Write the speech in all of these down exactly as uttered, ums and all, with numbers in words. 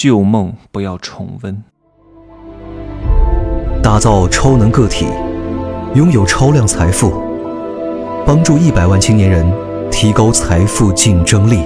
旧梦不要重温。 打造超能个体，拥有超量财富，帮助一百万青年人提高财富竞争力。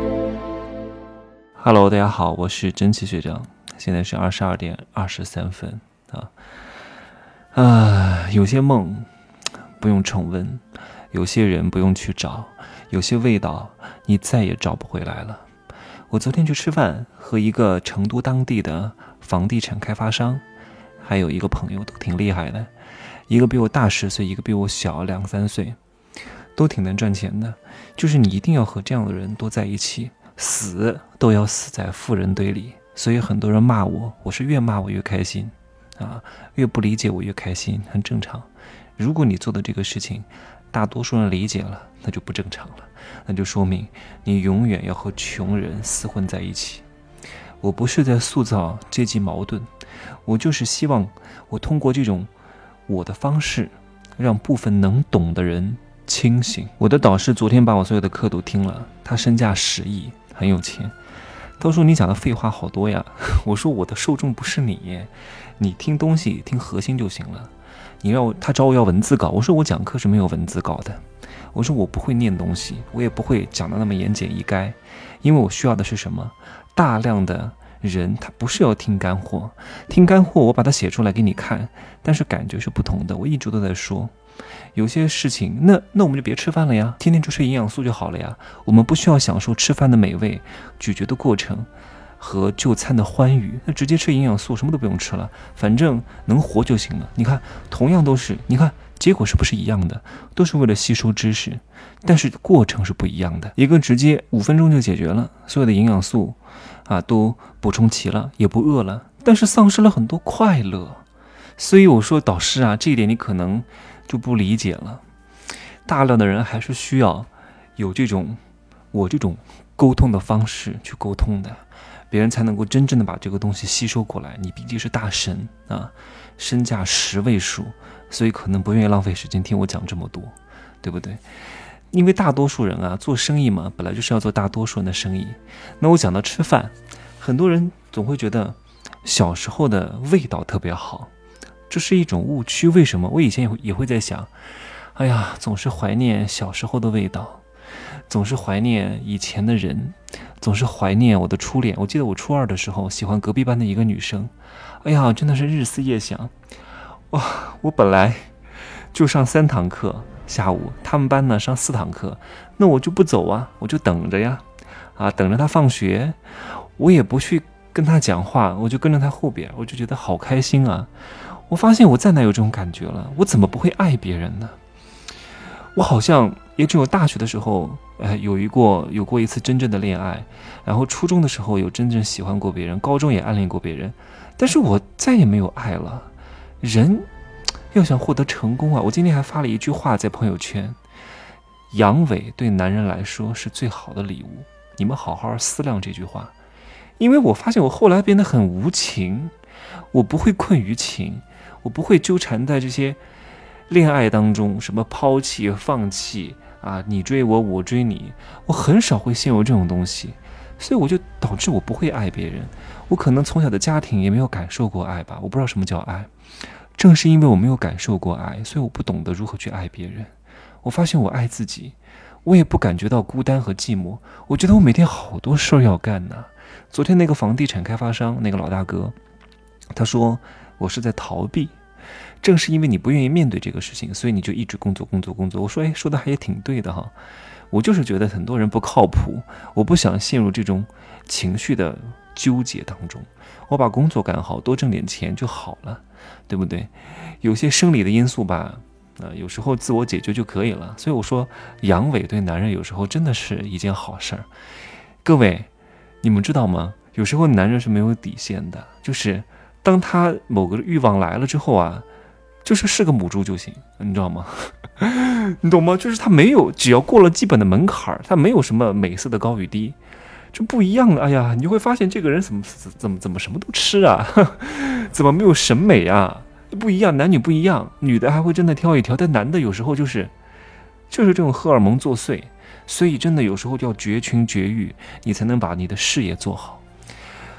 Hello， 大家好，我是真奇学长，现在是二十二点二十三分啊。啊，有些梦不用重温，有些人不用去找，有些味道你再也找不回来了。我昨天去吃饭，和一个成都当地的房地产开发商，还有一个朋友都挺厉害的，一个比我大十岁，一个比我小两三岁，都挺能赚钱的。就是你一定要和这样的人多在一起，死都要死在富人堆里。所以很多人骂我，我是越骂我越开心啊，越不理解我越开心，很正常。如果你做的这个事情大多数人理解了，那就不正常了，那就说明你永远要和穷人厮混在一起。我不是在塑造阶级矛盾，我就是希望我通过这种我的方式，让部分能懂的人清醒。我的导师昨天把我所有的课都听了，他身价十亿，很有钱。他说你讲的废话好多呀。我说我的受众不是你，你听东西听核心就行了。你让我他找我要文字稿，我说我讲课是没有文字稿的。我说我不会念东西，我也不会讲的那么言简意赅，因为我需要的是什么？大量的人他不是要听干货，听干货我把它写出来给你看，但是感觉是不同的。我一直都在说，有些事情，那那我们就别吃饭了呀，天天就吃营养素就好了呀。我们不需要享受吃饭的美味、咀嚼的过程和就餐的欢愉，那直接吃营养素，什么都不用吃了，反正能活就行了。你看，同样都是，你看结果是不是一样的？都是为了吸收知识，但是过程是不一样的。一个直接五分钟就解决了，所有的营养素啊都补充齐了，也不饿了，但是丧失了很多快乐。所以我说导师啊，这一点你可能就不理解了。大量的人还是需要有这种我这种沟通的方式去沟通的，别人才能够真正的把这个东西吸收过来。你毕竟是大神啊，身价十位数，所以可能不愿意浪费时间听我讲这么多，对不对？因为大多数人啊，做生意嘛，本来就是要做大多数人的生意。那我讲到吃饭，很多人总会觉得小时候的味道特别好，这是一种误区。为什么？我以前也会也会在想，哎呀，总是怀念小时候的味道，总是怀念以前的人，总是怀念我的初恋。我记得我初二的时候喜欢隔壁班的一个女生，哎呀，真的是日思夜想。哇，我本来就上三堂课，下午他们班呢上四堂课，那我就不走啊，我就等着呀，啊，等着他放学，我也不去跟他讲话，我就跟着他后边，我就觉得好开心啊。我发现我再难有这种感觉了，我怎么不会爱别人呢？我好像也只有大学的时候，呃，有一过有过一次真正的恋爱，然后初中的时候有真正喜欢过别人，高中也暗恋过别人，但是我再也没有爱了。人要想获得成功啊，我今天还发了一句话在朋友圈：阳痿对男人来说是最好的礼物。你们好好思量这句话，因为我发现我后来变得很无情，我不会困于情，我不会纠缠在这些恋爱当中，什么抛弃放弃啊，你追我我追你，我很少会陷入这种东西，所以我就导致我不会爱别人。我可能从小的家庭也没有感受过爱吧，我不知道什么叫爱。正是因为我没有感受过爱，所以我不懂得如何去爱别人。我发现我爱自己，我也不感觉到孤单和寂寞。我觉得我每天好多事儿要干呢。昨天那个房地产开发商那个老大哥，他说我是在逃避。正是因为你不愿意面对这个事情，所以你就一直工作工作工作。我说哎，说的还也挺对的哈。我就是觉得很多人不靠谱，我不想陷入这种情绪的纠结当中，我把工作干好，多挣点钱就好了，对不对？有些生理的因素吧，呃，有时候自我解决就可以了。所以我说阳痿对男人有时候真的是一件好事儿。各位你们知道吗？有时候男人是没有底线的，就是当他某个欲望来了之后啊，就是是个母猪就行，你知道吗？你懂吗？就是他没有，只要过了基本的门槛，他没有什么美色的高与低，这不一样的。哎呀，你就会发现这个人怎么怎么怎么什么都吃啊，怎么没有审美啊？不一样，男女不一样，女的还会真的挑一挑，但男的有时候就是就是这种荷尔蒙作祟，所以真的有时候要绝情绝育，你才能把你的事业做好。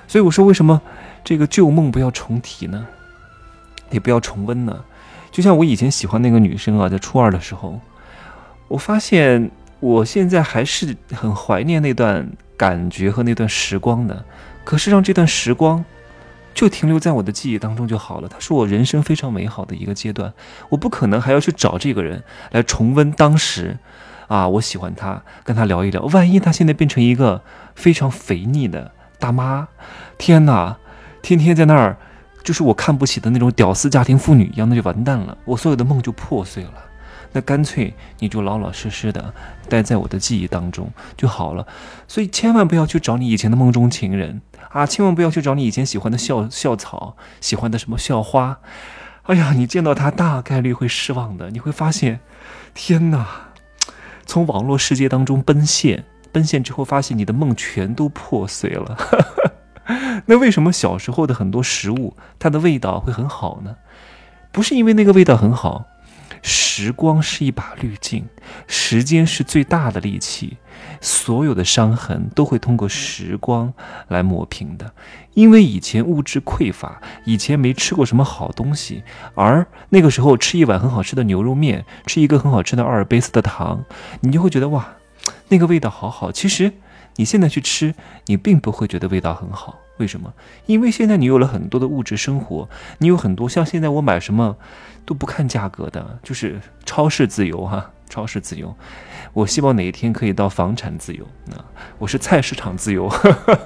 所以我说，为什么这个旧梦不要重提呢？也不要重温呢？就像我以前喜欢那个女生啊，在初二的时候，我发现我现在还是很怀念那段感觉和那段时光的。可是让这段时光就停留在我的记忆当中就好了，它是我人生非常美好的一个阶段。我不可能还要去找这个人来重温当时啊，我喜欢他，跟他聊一聊，万一他现在变成一个非常肥腻的大妈，天哪，天天在那儿就是我看不起的那种屌丝家庭妇女一样，那就完蛋了，我所有的梦就破碎了。那干脆你就老老实实的待在我的记忆当中就好了。所以千万不要去找你以前的梦中情人啊，千万不要去找你以前喜欢的校校草，喜欢的什么校花。哎呀，你见到他大概率会失望的。你会发现，天哪，从网络世界当中奔现，奔现之后发现你的梦全都破碎了。那为什么小时候的很多食物它的味道会很好呢？不是因为那个味道很好，时光是一把滤镜，时间是最大的利器，所有的伤痕都会通过时光来抹平的。因为以前物质匮乏，以前没吃过什么好东西，而那个时候吃一碗很好吃的牛肉面，吃一个很好吃的阿尔卑斯的糖，你就会觉得哇，那个味道好好。其实你现在去吃，你并不会觉得味道很好。为什么？因为现在你有了很多的物质生活，你有很多像现在我买什么都不看价格的，就是超市自由哈，超市自由。我希望哪一天可以到房产自由，那我是菜市场自由，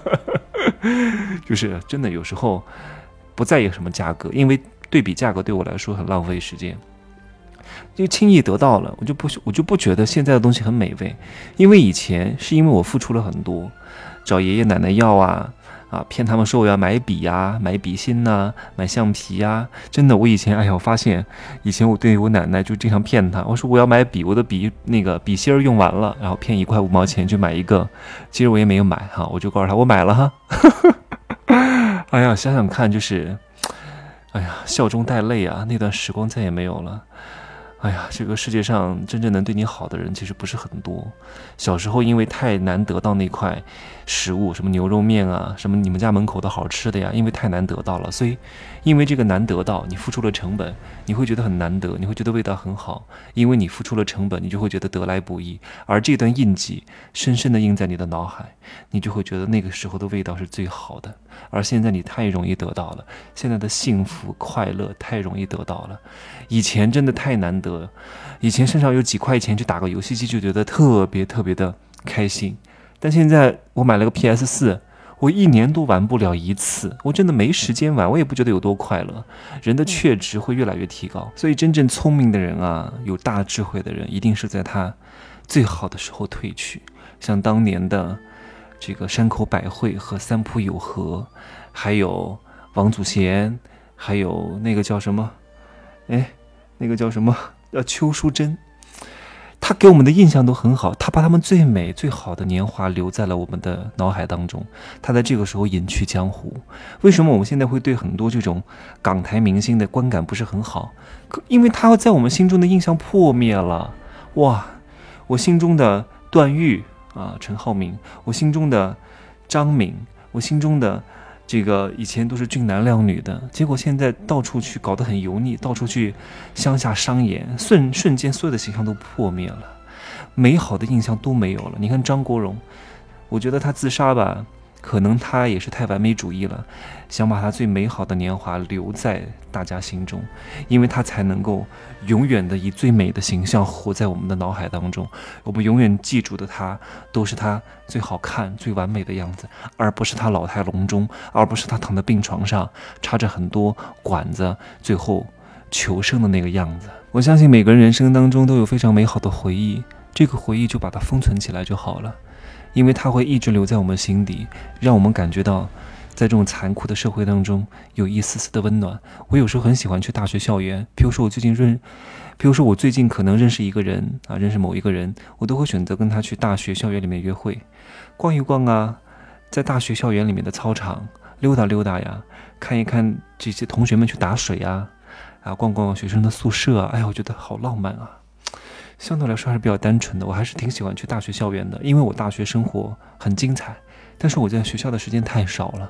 就是真的有时候不在意什么价格，因为对比价格对我来说很浪费时间。就轻易得到了，我就不我就不觉得现在的东西很美味，因为以前是因为我付出了很多，找爷爷奶奶要啊。啊，骗他们说我要买笔呀、啊，买笔芯呐、啊，买橡皮呀、啊。真的，我以前，哎呀，我发现以前我对我奶奶就经常骗她，我说我要买笔，我的笔那个笔芯儿用完了，然后骗一块五毛钱去买一个，其实我也没有买哈，我就告诉她我买了哈。哎呀，想想看，就是，哎呀，笑中带泪啊，那段时光再也没有了。哎呀，这个世界上真正能对你好的人其实不是很多。小时候因为太难得到那块食物，什么牛肉面啊，什么你们家门口的好吃的呀，因为太难得到了，所以因为这个难得到，你付出了成本，你会觉得很难得，你会觉得味道很好，因为你付出了成本，你就会觉得得来不易，而这段印记深深地印在你的脑海，你就会觉得那个时候的味道是最好的。而现在你太容易得到了，现在的幸福快乐太容易得到了，以前真的太难得，以前身上有几块钱去打个游戏机就觉得特别特别的开心，但现在我买了个 P S 四， 我一年都玩不了一次，我真的没时间玩，我也不觉得有多快乐。人的确值会越来越提高，所以真正聪明的人啊，有大智慧的人，一定是在他最好的时候退去。像当年的这个山口百惠和三浦友和，还有王祖贤，还有那个叫什么，哎，那个叫什么，叫邱淑贞。他给我们的印象都很好，他把他们最美最好的年华留在了我们的脑海当中，他在这个时候隐去江湖。为什么我们现在会对很多这种港台明星的观感不是很好？因为他在我们心中的印象破灭了。哇，我心中的段誉啊，陈浩民，我心中的张敏，我心中的这个以前都是俊男靓女的，结果现在到处去搞得很油腻，到处去乡下商演，瞬瞬间所有的形象都破灭了，美好的印象都没有了。你看张国荣，我觉得他自杀吧，可能他也是太完美主义了，想把他最美好的年华留在大家心中，因为他才能够永远的以最美的形象活在我们的脑海当中，我们永远记住的他都是他最好看最完美的样子，而不是他老态龙钟，而不是他躺在病床上插着很多管子最后求生的那个样子。我相信每个人人生当中都有非常美好的回忆，这个回忆就把它封存起来就好了，因为它会一直留在我们心底，让我们感觉到在这种残酷的社会当中有一丝丝的温暖。我有时候很喜欢去大学校园，比如说我最近认比如说我最近可能认识一个人啊，认识某一个人，我都会选择跟他去大学校园里面约会，逛一逛啊，在大学校园里面的操场溜达溜达呀，看一看这些同学们去打水啊，啊，逛逛学生的宿舍啊，哎呀，我觉得好浪漫啊。相对来说还是比较单纯的，我还是挺喜欢去大学校园的，因为我大学生活很精彩，但是我在学校的时间太少了，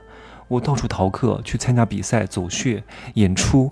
我到处逃课，去参加比赛、走穴、演出，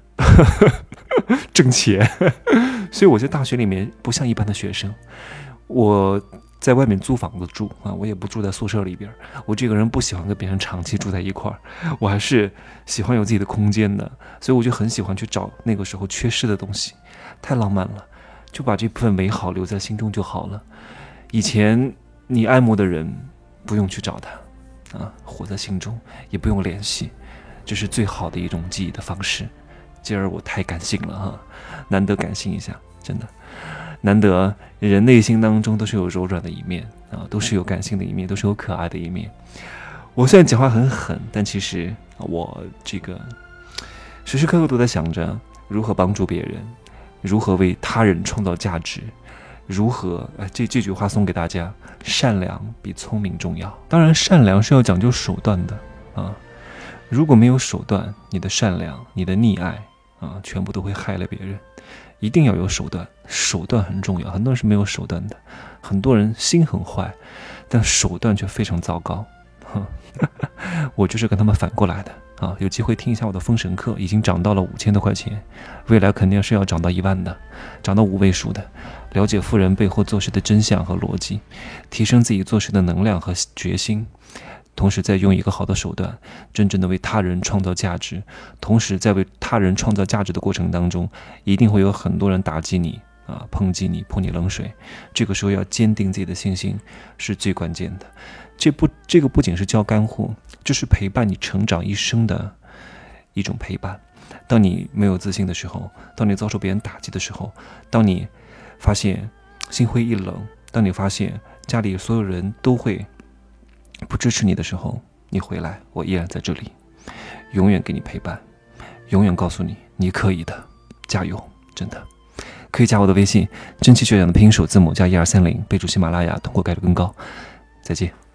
挣钱。所以我在大学里面不像一般的学生，我在外面租房子住啊，我也不住在宿舍里边。我这个人不喜欢跟别人长期住在一块儿，我还是喜欢有自己的空间的，所以我就很喜欢去找那个时候缺失的东西，太浪漫了，就把这部分美好留在心中就好了。以前你爱慕的人，不用去找他啊，活在心中，也不用联系，这是最好的一种记忆的方式。今儿我太感性了哈，难得感性一下，真的。难得人内心当中都是有柔软的一面啊，都是有感性的一面，都是有可爱的一面。我虽然讲话很狠，但其实我这个时时刻刻都在想着如何帮助别人，如何为他人创造价值，如何哎，这这句话送给大家：善良比聪明重要。当然，善良是要讲究手段的啊。如果没有手段，你的善良、你的溺爱啊，全部都会害了别人。一定要有手段，手段很重要。很多人是没有手段的，很多人心很坏，但手段却非常糟糕。我就是跟他们反过来的啊！有机会听一下我的封神课，已经涨到了五千多块钱，未来肯定是要涨到一万的，涨到五位数的。了解富人背后做事的真相和逻辑，提升自己做事的能量和决心。同时再用一个好的手段，真正的为他人创造价值。同时在为他人创造价值的过程当中，一定会有很多人打击你啊，抨击你，泼你冷水。这个时候要坚定自己的信心是最关键的。这不，这个不仅是教干货，这是陪伴你成长一生的一种陪伴。当你没有自信的时候，当你遭受别人打击的时候，当你发现心灰意冷，当你发现家里所有人都会不支持你的时候，你回来，我依然在这里，永远给你陪伴，永远告诉你你可以的，加油，真的。可以加我的微信，真奇学长的拼音首字母加一二三零，备注喜马拉雅，通过概率更高。再见。